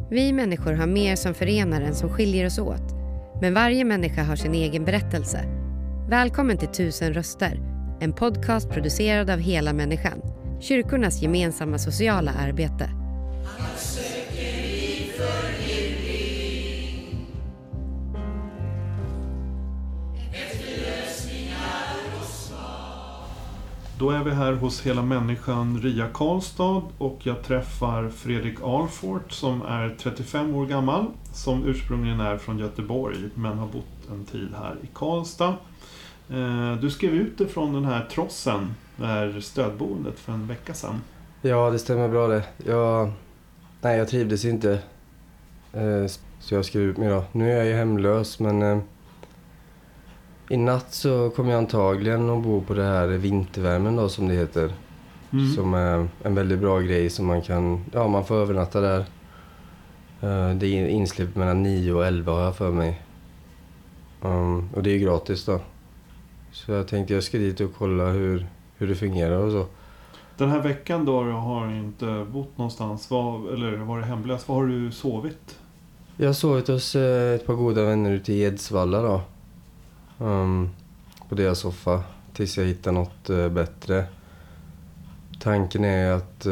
Vi människor har mer som förenar än som skiljer oss åt. Men varje människa har sin egen berättelse. Välkommen till 1000 röster. En podcast producerad av Hela Människan. Kyrkornas gemensamma sociala arbete. Då är vi här hos Hela Människan Ria Karlstad och jag träffar Fredrik Alfort som är 35 år gammal, som ursprungligen är från Göteborg men har bott en tid här i Karlstad. Du skrev ut ifrån den här trossen, det här stödboendet, för en vecka sedan. Ja, det stämmer bra det. Jag trivdes inte, så jag skrev ut mig då. Nu är jag ju hemlös, men i natt så kommer jag antagligen att bo på det här vintervärmen då, som det heter. Som är en väldigt bra grej som man får övernatta där. Det är insläppt mellan 9 och 11 har jag för mig. Och det är ju gratis då. Så jag tänkte jag ska dit och kolla hur det fungerar och så. Den här veckan då du har inte bott någonstans, eller varit hemlös, var har du sovit? Jag har sovit hos ett par goda vänner ute i Edsvalla då. På deras soffa tills jag hittar något bättre. Tanken är att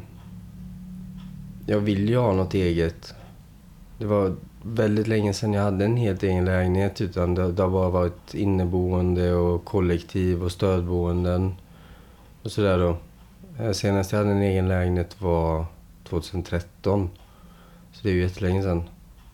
jag vill ju ha något eget. Det var väldigt länge sedan jag hade en helt egen lägenhet, utan det har bara varit inneboende och kollektiv och stödboenden och sådär då. Senast jag hade en egen lägenhet var 2013. Så det är ju jättelänge sedan.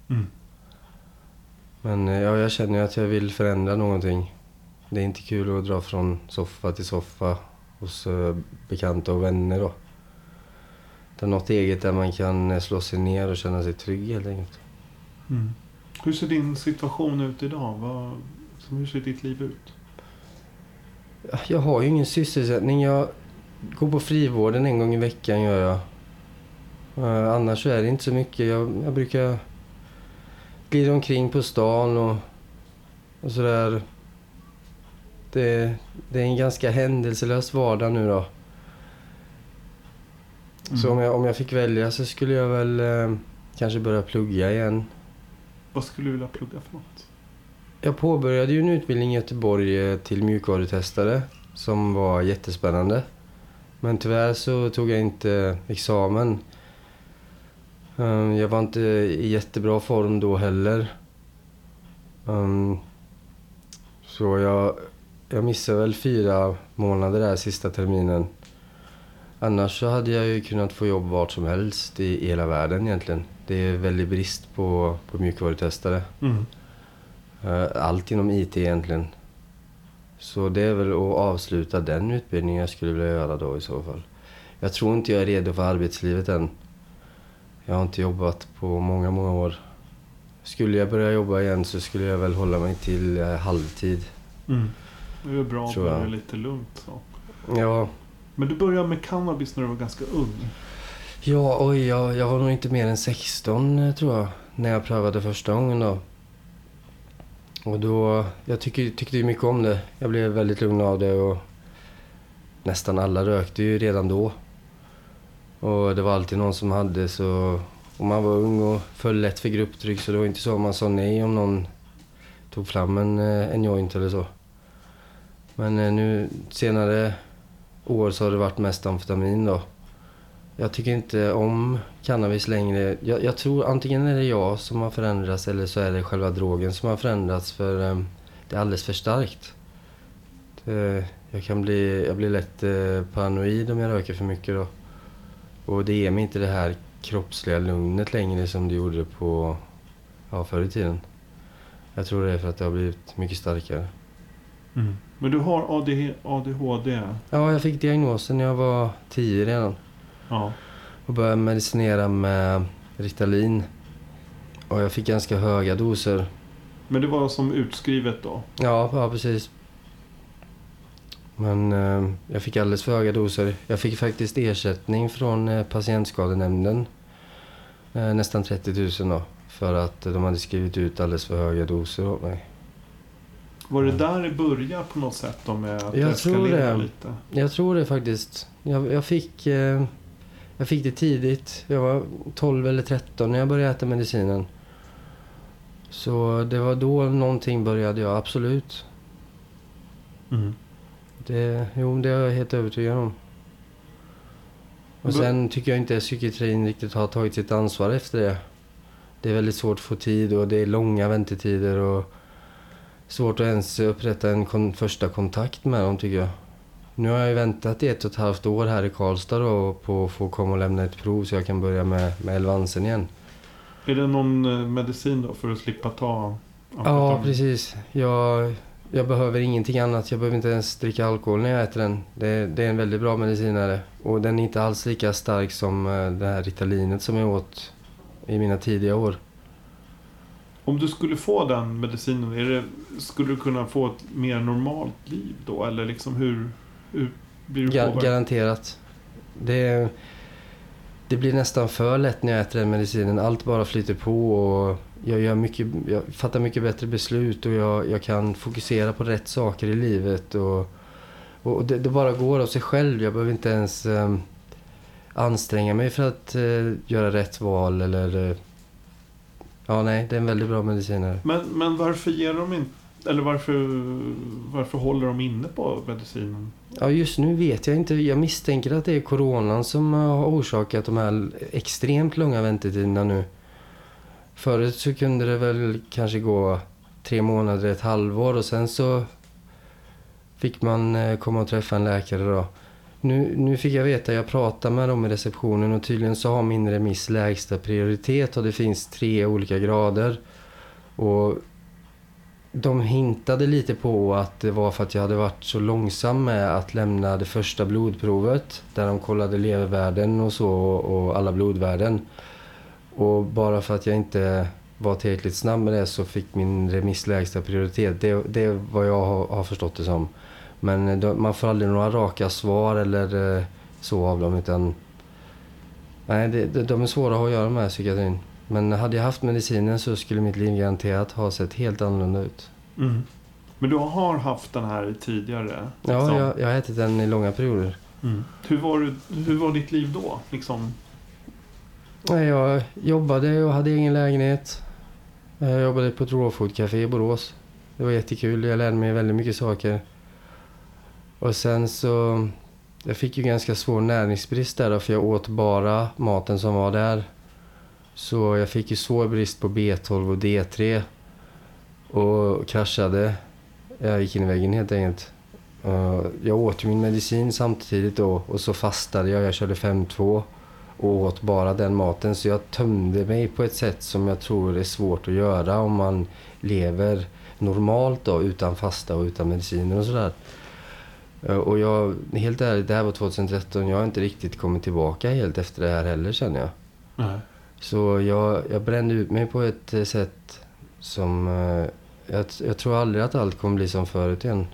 Men jag känner att jag vill förändra någonting. Det är inte kul att dra från soffa till soffa hos bekanta och vänner då. Det är något eget där man kan slå sig ner och känna sig trygg helt enkelt. Hur ser din situation ut idag? Hur ser ditt liv ut? Jag har ju ingen sysselsättning. Jag går på frivården en gång i veckan gör jag. Annars så är det inte så mycket. Jag brukar glida omkring på stan och sådär. Det är en ganska händelselös vardag nu då. Så om jag fick välja så skulle jag väl kanske börja plugga igen. Vad skulle du vilja plugga för något? Jag påbörjade ju en utbildning i Göteborg till mjukvarutestare som var jättespännande. Men tyvärr så tog jag inte examen. Jag var inte i jättebra form då heller. Så jag missade väl 4 månader där sista terminen. Annars så hade jag ju kunnat få jobb vart som helst i hela världen egentligen. Det är väldigt brist på mjukvarutestare. Allt inom IT egentligen. Så det är väl att avsluta den utbildningen jag skulle vilja göra då i så fall. Jag tror inte jag är redo för arbetslivet än. Jag har inte jobbat på många år. Skulle jag börja jobba igen så skulle jag väl hålla mig till halvtid. Det är bra att börja lite lugnt så. Ja. Men du började med cannabis när du var ganska ung. Ja, jag var nog inte mer än 16 tror jag. När jag prövade första gången då. Och då, jag tyckte ju mycket om det. Jag blev väldigt lugn av det och nästan alla rökte ju redan då. Och det var alltid någon som hade så... Och man var ung och föll lätt för grupptryck så det var inte så man sa nej om någon tog fram en joint eller så. Men nu senare år så har det varit mest amfetamin då. Jag tycker inte om cannabis längre. Jag tror antingen är det jag som har förändrats eller så är det själva drogen som har förändrats för det är alldeles för starkt. Jag blir lätt paranoid om jag röker för mycket då. Och det ger mig inte det här kroppsliga lugnet längre som det gjorde förr i tiden. Jag tror det är för att det har blivit mycket starkare. Men du har ADHD? Ja, jag fick diagnosen när jag var 10 redan. Ja. Och började medicinera med Ritalin. Och jag fick ganska höga doser. Men det var som utskrivet då? Ja, precis. Men jag fick alldeles för höga doser. Jag fick faktiskt ersättning från patientskadenämnden. Nästan 30 000 då. För att de hade skrivit ut alldeles för höga doser åt mig. Var det där det började på något sätt då med att jag eskalera lite? Jag tror det faktiskt. Jag Jag fick det tidigt. Jag var 12 eller 13 när jag började äta medicinen. Så det var då någonting började jag, absolut. Det är jag helt övertygad om. Och sen tycker jag inte att psykiatrin riktigt har tagit sitt ansvar efter det. Det är väldigt svårt att få tid och det är långa väntetider och svårt att ens upprätta en första kontakt med dem, tycker jag. Nu har jag väntat i 1,5 år här i Karlstad då, på att få komma och lämna ett prov så jag kan börja med Elvansen igen. Är det någon medicin då för att slippa ta? Ja, precis. Jag behöver ingenting annat. Jag behöver inte ens dricka alkohol när jag äter den. Det är en väldigt bra medicinare. Och den är inte alls lika stark som det här Ritalinet som jag åt i mina tidiga år. Om du skulle få den medicinen, skulle du kunna få ett mer normalt liv då? Eller liksom hur blir du påverkad? Garanterat. Det blir nästan för lätt när jag äter den medicinen. Allt bara flyter på och jag fattar mycket bättre beslut och jag kan fokusera på rätt saker i livet. Och det bara går av sig själv. Jag behöver inte ens anstränga mig för att göra rätt val eller... Ja, nej, det är en väldigt bra medicinare. Men varför ger de inte... Eller varför håller de inne på medicinen? Ja, just nu vet jag inte. Jag misstänker att det är coronan som har orsakat de här extremt långa väntetiderna nu. Förut så kunde det väl kanske gå 3 månader, 1 halvår och sen så fick man komma och träffa en läkare då. Nu fick jag veta, jag pratade med dem i receptionen och tydligen så har min remiss lägsta prioritet och det finns 3 olika grader. Och de hintade lite på att det var för att jag hade varit så långsam med att lämna det första blodprovet där de kollade levervärden och så och alla blodvärden. Och bara för att jag inte var tillräckligt snabb med det så fick min remiss lägsta prioritet. Det är vad jag har förstått det som. Men man får aldrig några raka svar eller så av dem utan... Nej, de är svåra att ha att göra med psykiatrin. Men hade jag haft medicinen så skulle mitt liv garanterat ha sett helt annorlunda ut. Mm. Men du har haft den här tidigare? Liksom. Ja, jag har ätit den i långa perioder. Mm. Hur var ditt liv då? Liksom? Jag jobbade och hade egen lägenhet. Jag jobbade på ett raw food café i Borås. Det var jättekul. Jag lärde mig väldigt mycket saker. Och sen så... Jag fick ju ganska svår näringsbrist där då, för jag åt bara maten som var där. Så jag fick ju svår brist på B12 och D3. Och kraschade. Jag gick in i väggen helt enkelt. Jag åt ju min medicin samtidigt då. Och så fastade jag. Jag körde 5-2. Och åt bara den maten. Så jag tömde mig på ett sätt som jag tror är svårt att göra om man lever normalt då. Utan fasta och utan mediciner och sådär. Och jag, helt ärligt, det här var 2013. Jag har inte riktigt kommit tillbaka helt efter det här heller, känner jag. Nej. Så jag brände ut mig på ett sätt som... Jag tror aldrig att allt kommer bli som förut igen.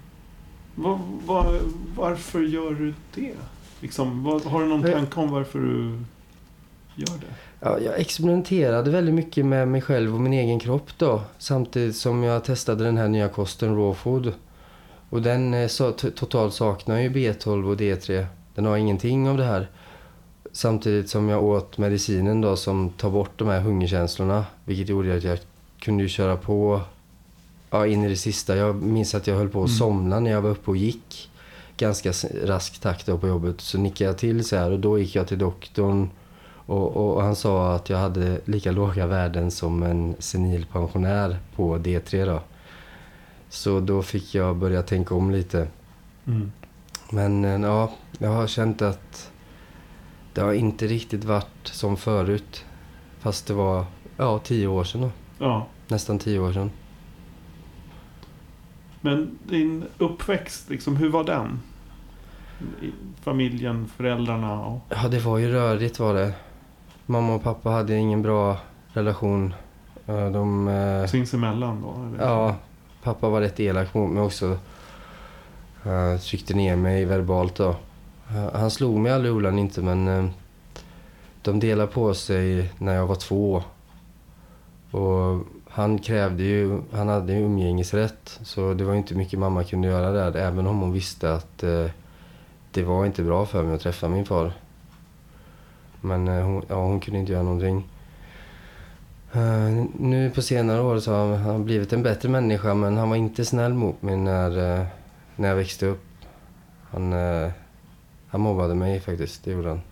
Varför gör du det? Liksom, har du någon tanke om varför du gör det? Ja, jag experimenterade väldigt mycket med mig själv och min egen kropp då. Samtidigt som jag testade den här nya kosten raw food. Och den totalt saknar ju B12 och D3. Den har ingenting av det här. Samtidigt som jag åt medicinen då som tar bort de här hungerkänslorna. Vilket gjorde att jag kunde ju köra på in i det sista. Jag minns att jag höll på att somna när jag var uppe och gick. Ganska rask takt då på jobbet. Så nickade jag till så här och då gick jag till doktorn. Och han sa att jag hade lika låga värden som en senil pensionär på D3 då. Så då fick jag börja tänka om lite. Mm. Men ja, jag har känt att det har inte riktigt varit som förut. Fast det var 10 år sedan då. Ja. Nästan 10 år sedan. Men din uppväxt, liksom, hur var den? Familjen, föräldrarna? Och... Ja, det var ju rörigt var det. Mamma och pappa hade ingen bra relation. Sinsemellan då? Eller? Ja, pappa var rätt elak mot mig också. Tryckte ner mig verbalt då. Han slog mig aldrig, Olan, inte, men de delade på sig när jag var 2. Och han hade ju umgängesrätt, så det var inte mycket mamma kunde göra där, även om hon visste att det var inte bra för mig att träffa min far. Men hon kunde inte göra någonting. Nu på senare år så har han blivit en bättre människa, men han var inte snäll mot mig när jag växte upp. Han mobbade mig faktiskt, det gjorde han.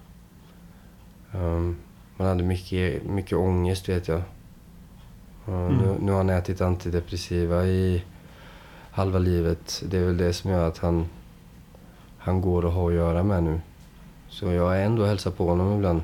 Man hade mycket ångest, vet jag. Nu har han ätit antidepressiva i halva livet. Det är väl det som gör att han går och har att göra med nu. Så jag är ändå hälsar på honom ibland.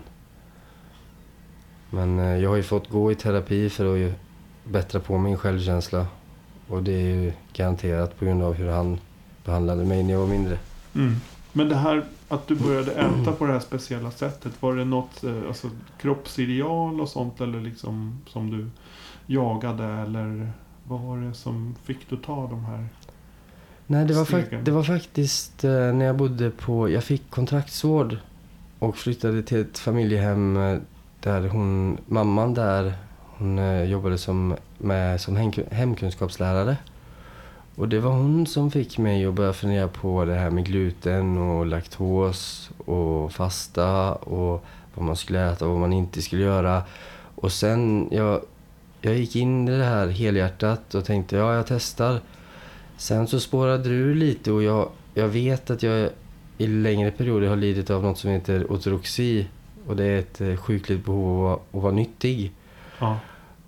Men jag har ju fått gå i terapi för att bättra på min självkänsla. Och det är ju garanterat på grund av hur han behandlade mig när jag var mindre. Men det här att du började äta på det här speciella sättet, var det något kroppsideal och sånt, eller liksom som du jagade, eller vad var det som fick du ta de här? Nej, det var faktiskt när jag bodde jag fick kontraktsvård och flyttade till ett familjehem där mamman jobbade som hemkunskapslärare. Och det var hon som fick mig att börja fundera på det här med gluten och laktos och fasta och vad man skulle äta och vad man inte skulle göra. Och sen jag gick in i det här helhjärtat och tänkte jag testar. Sen så spårade det ur lite och jag vet att jag i längre perioder har lidit av något som heter ortodoxi. Och det är ett sjukligt behov av att vara nyttig. Ja.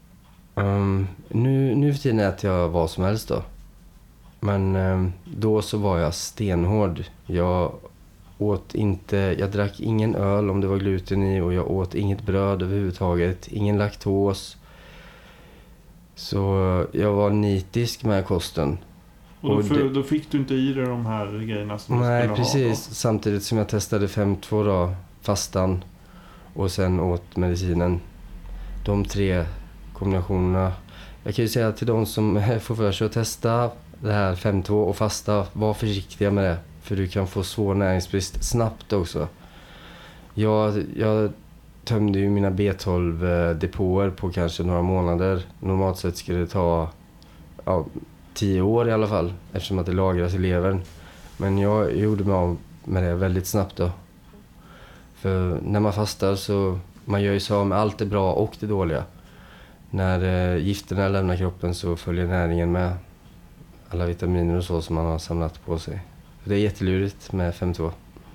Nu för tiden äter jag vad som helst då. Men då så var jag stenhård. Jag drack ingen öl om det var gluten i, och jag åt inget bröd överhuvudtaget. Ingen laktos. Så jag var nitisk med kosten. Och då fick du inte i dig de här grejerna som nej, du skulle precis. ha? Samtidigt som jag testade 5-2 då, fastan och sen åt medicinen. De 3 kombinationerna. Jag kan ju säga till de som får för sig att testa det här 5-2 och fasta, var försiktiga med det. För du kan få svår näringsbrist snabbt också. Jag tömde ju mina B12-depåer på kanske några månader. Normalt sett skulle det ta 10 år i alla fall, eftersom att det lagras i levern. Men jag gjorde mig av med det väldigt snabbt då. För när man fastar så man gör ju så med allt det bra och det dåliga. När gifterna lämnar kroppen så följer näringen med alla vitaminer och så som man har samlat på sig. Det är jättelurigt med 5-2.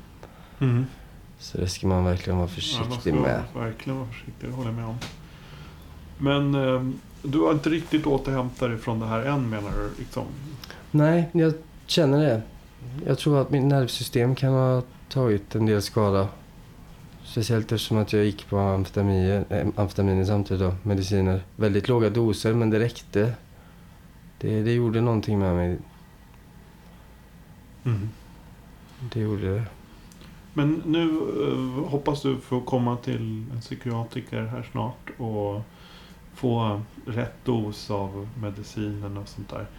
Så det ska man verkligen vara försiktig med. Verkligen vara försiktig, det håller jag med om. Men du har inte riktigt återhämtat dig från det här än, menar du? Liksom? Nej, jag känner det. Jag tror att mitt nervsystem kan ha tagit en del skada. Speciellt eftersom att jag gick på amfetamin samtidigt då, mediciner. Väldigt låga doser, men det räckte. Det gjorde någonting med mig. Det gjorde det. Men nu hoppas du få komma till en psykiatriker här snart och få rätt dos av medicinen och sånt där.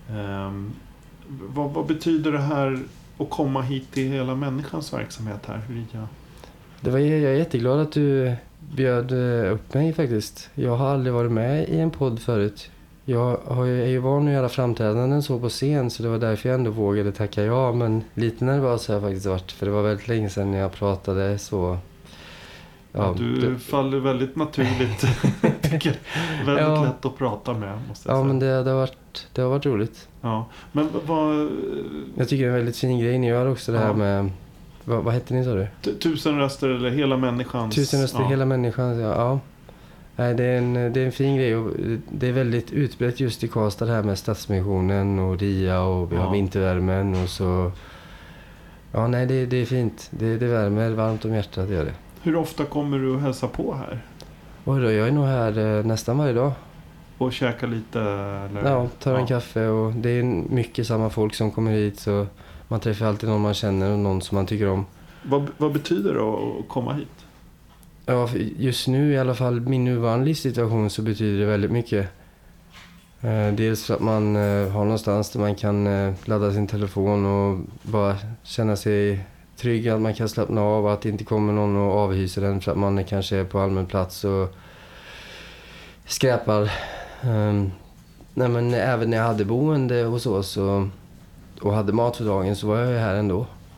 Vad betyder det här att komma hit till hela människans verksamhet här, Ria? Jag är jätteglad att du bjöd upp mig faktiskt. Jag har aldrig varit med i en podd förut. Jag är ju van att göra framträdanden så på scen, så det var därför jag ändå vågade tacka ja. Men lite nervös har jag faktiskt varit, för det var väldigt länge sedan jag pratade så. Ja, du faller väldigt naturligt. Väldigt lätt att prata med, måste jag säga. Men det har varit roligt. Ja, men jag tycker det är en väldigt fin grej ni gör också, det här med... Vad heter ni, sa du? 1000 röster eller hela människans... 1000 röster, hela människans, ja. Nej, det är en fin grej, och det är väldigt utbrett just i Karlstad, det här med Stadsmissionen och RIA, och vi har vintervärmen och så. Ja, nej, det är fint. Det värmer varmt om hjärtat, gör det. Hur ofta kommer du att hälsa på här? Oj då, jag är nog här nästan varje dag. Och käka lite? Eller? Ja, tar en kaffe, och det är mycket samma folk som kommer hit, så man träffar alltid någon man känner och någon som man tycker om. Vad betyder det att komma hit? Ja, just nu i alla fall, min nuvarande livssituation, så betyder det väldigt mycket. Dels för att man har någonstans där man kan ladda sin telefon och bara känna sig trygg, att man kan slappna av, att det inte kommer någon och avhyser den för att man kanske är på allmän plats och skräpar. Nej, men även när jag hade boende och så och hade mat för dagen, så var jag här ändå.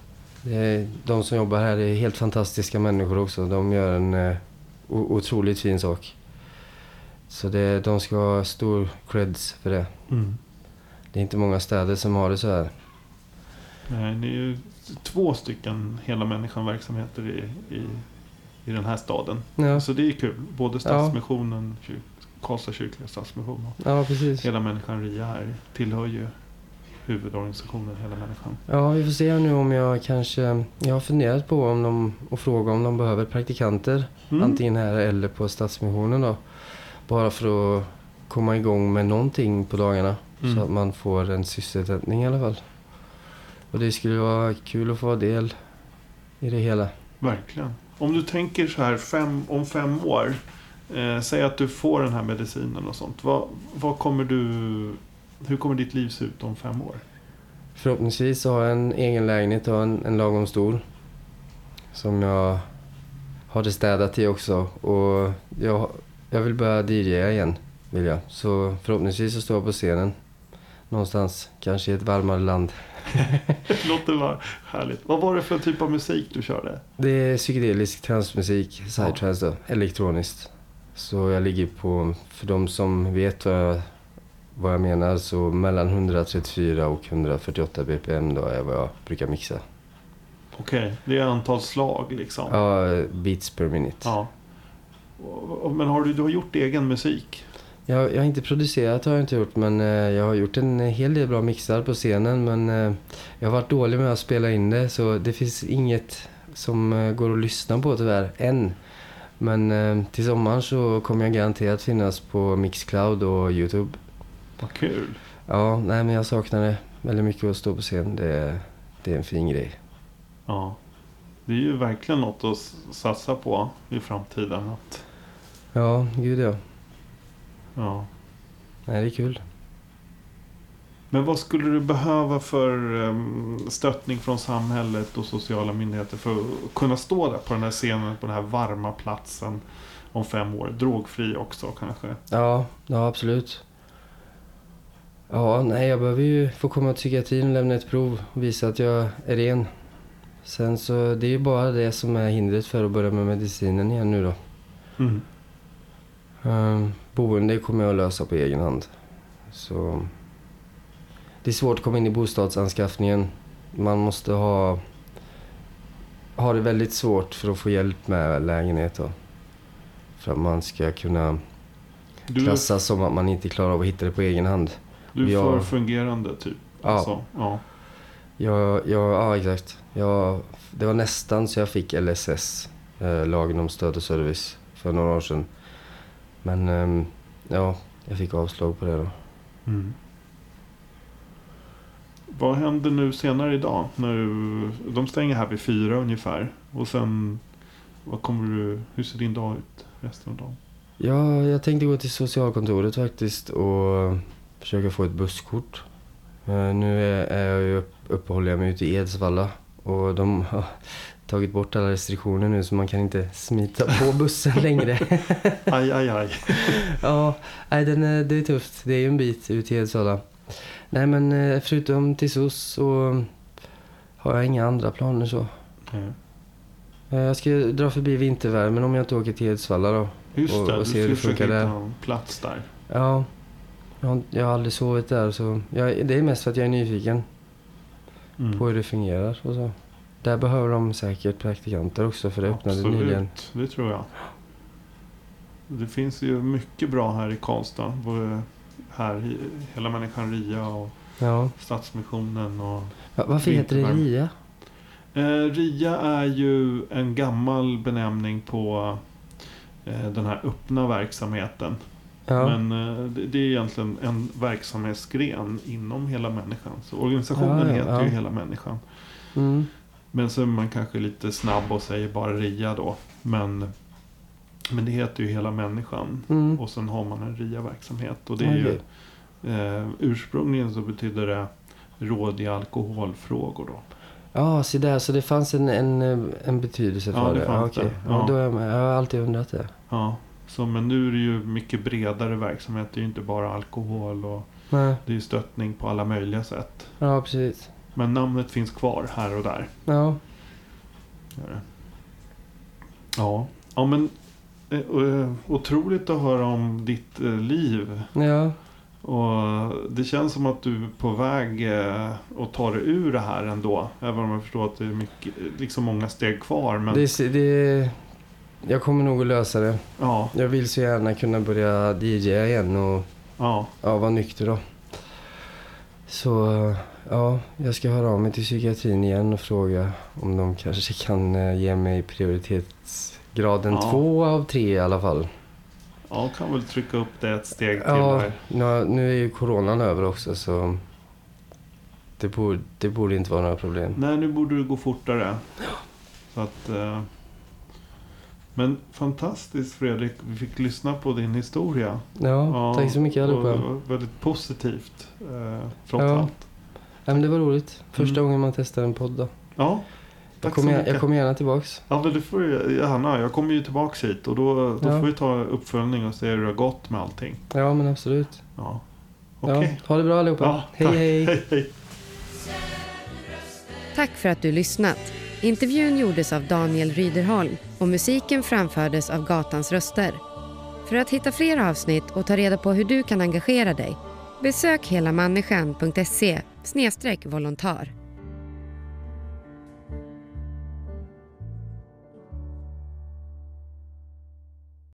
De som jobbar här är helt fantastiska människor också. De gör en otroligt fin sak. Så de ska ha stor creds för det. Mm. Det är inte många städer som har det så här. Nej, det är ju 2 stycken hela människan-verksamheter i den här staden. Ja. Så det är kul. Både Stadsmissionen, Karlstad kyrkliga Stadsmission och Ja, precis. Hela människan RIA här tillhör ju huvudorganisationen Hela människan. Ja, vi får se nu om jag har funderat på och fråga om de behöver praktikanter. Antingen här eller på Stadsmissionen då. Bara för att komma igång med någonting på dagarna. Så att man får en sysselsättning i alla fall. Och det skulle vara kul att få del i det hela. Verkligen. Om du tänker så här om 5 år. Säg att du får den här medicinen och sånt. Hur kommer ditt liv se ut om 5 år? Förhoppningsvis har jag en egen lägenhet och en lagom stor. Som jag har det städat i också. Och jag vill börja DJa igen. Vill jag. Så förhoppningsvis så står jag på scenen. Någonstans. Kanske i ett varmare land. Det låter bara härligt. Vad var det för typ av musik du körde? Det är psykedelisk transmusik. Psytrance då. Elektroniskt. Så jag ligger på, för de som vet vad jag menar, så mellan 134 och 148 bpm då är vad jag brukar mixa. Okej, det är antal slag liksom. Ja, beats per minute. Ja. Men du har gjort egen musik? Jag har inte producerat, har jag inte gjort, men jag har gjort en hel del bra mixar på scenen, men jag har varit dålig med att spela in det, så det finns inget som går att lyssna på tyvärr än. Men till sommaren så kommer jag garanterat finnas på Mixcloud och YouTube. Vad kul. Ja, nej, men jag saknar det väldigt mycket att stå på scen. Det är en fin grej. Ja, det är ju verkligen något att satsa på i framtiden. Ja, gud ja. Ja. Nej, det är kul. Men vad skulle du behöva för stöttning från samhället och sociala myndigheter för att kunna stå där på den här scenen, på den här varma platsen om 5 år? Drogfri också kanske? Ja, absolut. Ja, nej, jag behöver ju få komma till psykiatrin och lämna ett prov och visa att jag är ren. Sen så, det är ju bara det som är hindret för att börja med medicinen igen nu då. Boende kommer jag att lösa på egen hand. Så det är svårt att komma in i bostadsanskaffningen. Man måste ha det väldigt svårt för att få hjälp med lägenhet då. För att man ska kunna klassas som att man inte klarar av att hitta det på egen hand. Du är för fungerande typ? Ja. Alltså, ja. Ja, exakt. Det var nästan så jag fick LSS, lagen om stöd och service, för några år sedan. Men ja, jag fick avslag på det då. Vad händer nu senare idag? De stänger här vid 4 ungefär. Och sen, hur ser din dag ut resten av dagen? Ja, jag tänkte gå till socialkontoret faktiskt och försöka få ett busskort. Nu är jag ju uppehåller jag mig ute i Edsvalla. Och de har tagit bort alla restriktioner nu, så man kan inte smita på bussen längre. Aj. Ja, nej, det är tufft. Det är ju en bit ut i Edsvalla. Nej, men förutom till SOS så har jag inga andra planer så. Jag ska dra förbi vintervärmen om jag inte åker till Edsvalla då. Just det, och se hur det funkar där. En plats där. Ja, jag har aldrig sovit där, så det är mest för att jag är nyfiken på hur det fungerar och så. Där behöver de säkert praktikanter också, för det öppnade nyligen. Det tror jag. Det finns ju mycket bra här i Karlstad. Både här, Hela människan RIA och Stadsmissionen. Och varför heter det RIA? RIA är ju en gammal benämning på den här öppna verksamheten. Ja. Men det är egentligen en verksamhetsgren inom Hela människan. Så organisationen heter ju Hela människan. Men så är man kanske lite snabb och säger bara RIA då. Men det heter ju Hela människan. Och sen har man en RIA-verksamhet. Och det är ju ursprungligen så betyder det råd i alkoholfrågor då. Ja, så där, så det fanns en betydelse för det. Fanns det. Ja. Då jag har alltid undrat det. Ja, men nu är det ju mycket bredare verksamhet. Det är ju inte bara alkohol och det är ju stöttning på alla möjliga sätt. Ja, precis. Men namnet finns kvar här och där. Ja, Gör det. Ja, men otroligt att höra om ditt liv. Ja. Och det känns som att du är på väg att ta dig ur det här ändå. Även om jag förstår att det är mycket, liksom många steg kvar. Men... Jag kommer nog att lösa det. Ja. Jag vill så gärna kunna börja DJ igen och vara nykter då. Så ja, jag ska höra av mig till psykiatrin igen och fråga om de kanske kan ge mig prioritetsgraden 2 av 3 i alla fall. Ja, kan väl trycka upp det ett steg till här. Ja, nu är ju coronan över också så det borde inte vara några problem. Nej, nu borde det gå fortare. Så att... Men fantastiskt Fredrik, vi fick lyssna på din historia. Ja, tack så mycket allihopa. Det var väldigt positivt trots allt. Ja, men det var roligt. Första gången man testar en podd då. Ja, jag kommer gärna tillbaks. Ja, men det får jag gärna. Jag kommer ju tillbaks hit och då får vi ta uppföljning och se hur det har gått med allting. Ja, men absolut. Ja, okej. Ha det bra allihopa. Ja, hej. Tack för att du lyssnat. Intervjun gjordes av Daniel Ryderholm och musiken framfördes av Gatans röster. För att hitta fler avsnitt och ta reda på hur du kan engagera dig, besök helamänniskan.se/volontar.